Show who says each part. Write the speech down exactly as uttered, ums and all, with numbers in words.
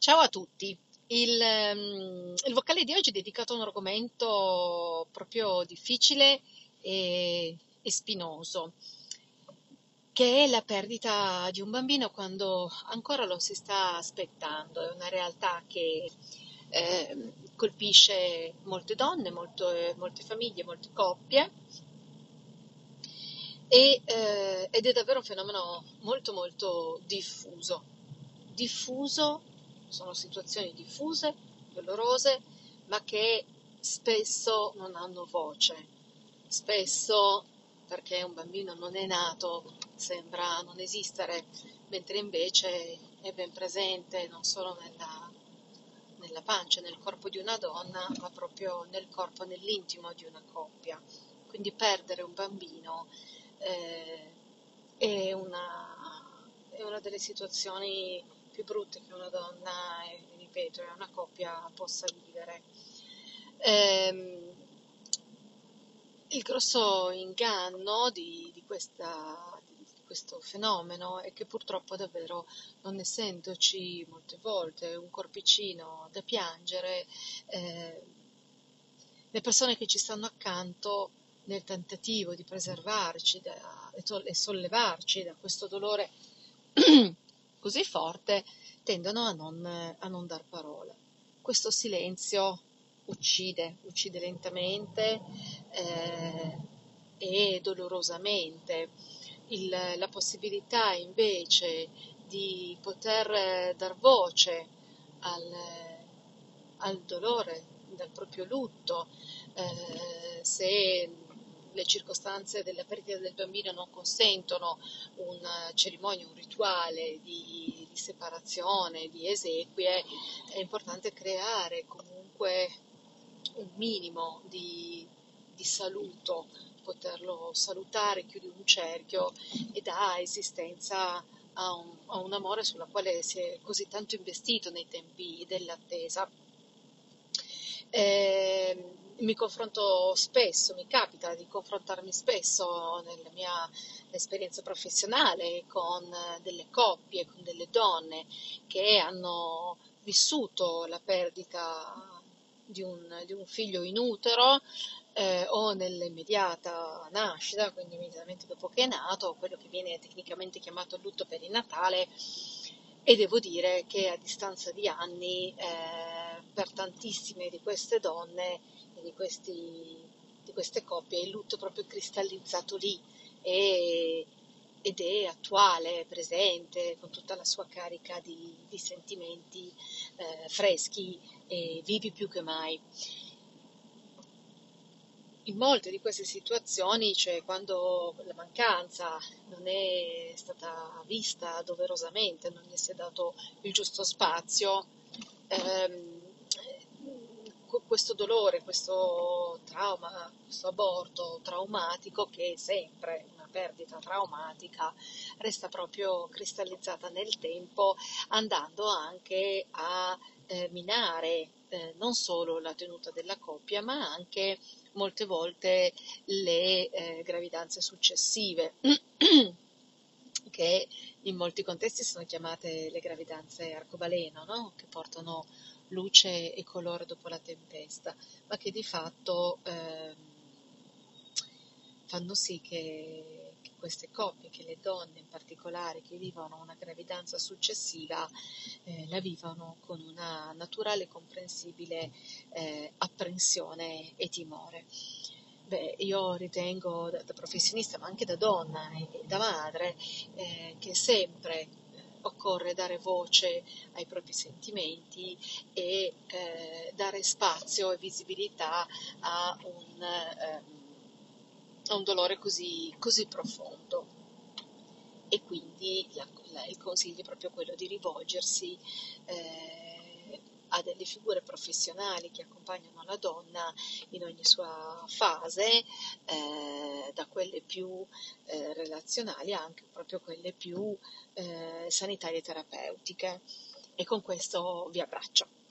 Speaker 1: Ciao a tutti. Il, ehm, il vocale di oggi è dedicato a un argomento proprio difficile e, e spinoso, che è la perdita di un bambino quando ancora lo si sta aspettando. È una realtà che ehm, colpisce molte donne, molte, molte famiglie, molte coppie e, eh, ed è davvero un fenomeno molto molto diffuso. Diffuso, sono situazioni diffuse, dolorose, ma che spesso non hanno voce. Spesso, perché un bambino non è nato, sembra non esistere, mentre invece è ben presente non solo nella, nella pancia, nel corpo di una donna, ma proprio nel corpo, nell'intimo di una coppia. Quindi perdere un bambino eh, è una, è una delle situazioni più brutte che una donna, e ripeto, e una coppia possa vivere. Ehm, il grosso inganno di, di questa, di questo fenomeno è che purtroppo davvero, non essendoci molte volte un corpicino da piangere, eh, le persone che ci stanno accanto nel tentativo di preservarci da- e to- e sollevarci da questo dolore così forte tendono a non, a non dar parola. Questo silenzio uccide, uccide lentamente eh, e dolorosamente. Il- la possibilità invece di poter eh, dar voce al, al dolore, dal proprio lutto, eh, se le circostanze della perdita del bambino non consentono una cerimonia, un rituale di, di separazione, di esequie, è importante creare comunque un minimo di, di saluto, poterlo salutare, chiudere un cerchio e dà esistenza a un, a un amore sulla quale si è così tanto investito nei tempi dell'attesa. Eh, mi confronto spesso, mi capita di confrontarmi spesso nella mia esperienza professionale con delle coppie, con delle donne che hanno vissuto la perdita di un, di un figlio in utero eh, o nell'immediata nascita, quindi immediatamente dopo che è nato, quello che viene tecnicamente chiamato lutto perinatale, e devo dire che a distanza di anni, eh, per tantissime di queste donne e di, questi, di queste coppie, il lutto è proprio cristallizzato lì e, ed è attuale, è presente, con tutta la sua carica di, di sentimenti eh, freschi e vivi più che mai. In molte di queste situazioni, cioè quando la mancanza non è stata vista doverosamente, non gli si è dato il giusto spazio, ehm, questo dolore, questo trauma, questo aborto traumatico, che è sempre una perdita traumatica, resta proprio cristallizzata nel tempo, andando anche a eh, minare eh, non solo la tenuta della coppia, ma anche molte volte le eh, gravidanze successive, che in molti contesti sono chiamate le gravidanze arcobaleno, no? Che portano luce e colore dopo la tempesta, ma che di fatto ehm, fanno sì che, che queste coppie, che le donne in particolare che vivono una gravidanza successiva, eh, la vivono con una naturale e comprensibile eh, apprensione e timore. Beh, io ritengo da, da professionista, ma anche da donna e, e da madre, eh, che sempre eh, occorre dare voce ai propri sentimenti e eh, dare spazio e visibilità a un, eh, a un dolore così, così profondo. E quindi la- la- il consiglio è proprio quello di rivolgersi eh, a delle figure professionali che accompagnano la donna in ogni sua fase, eh, da quelle più eh, relazionali anche proprio quelle più eh, sanitarie e terapeutiche. E con questo vi abbraccio.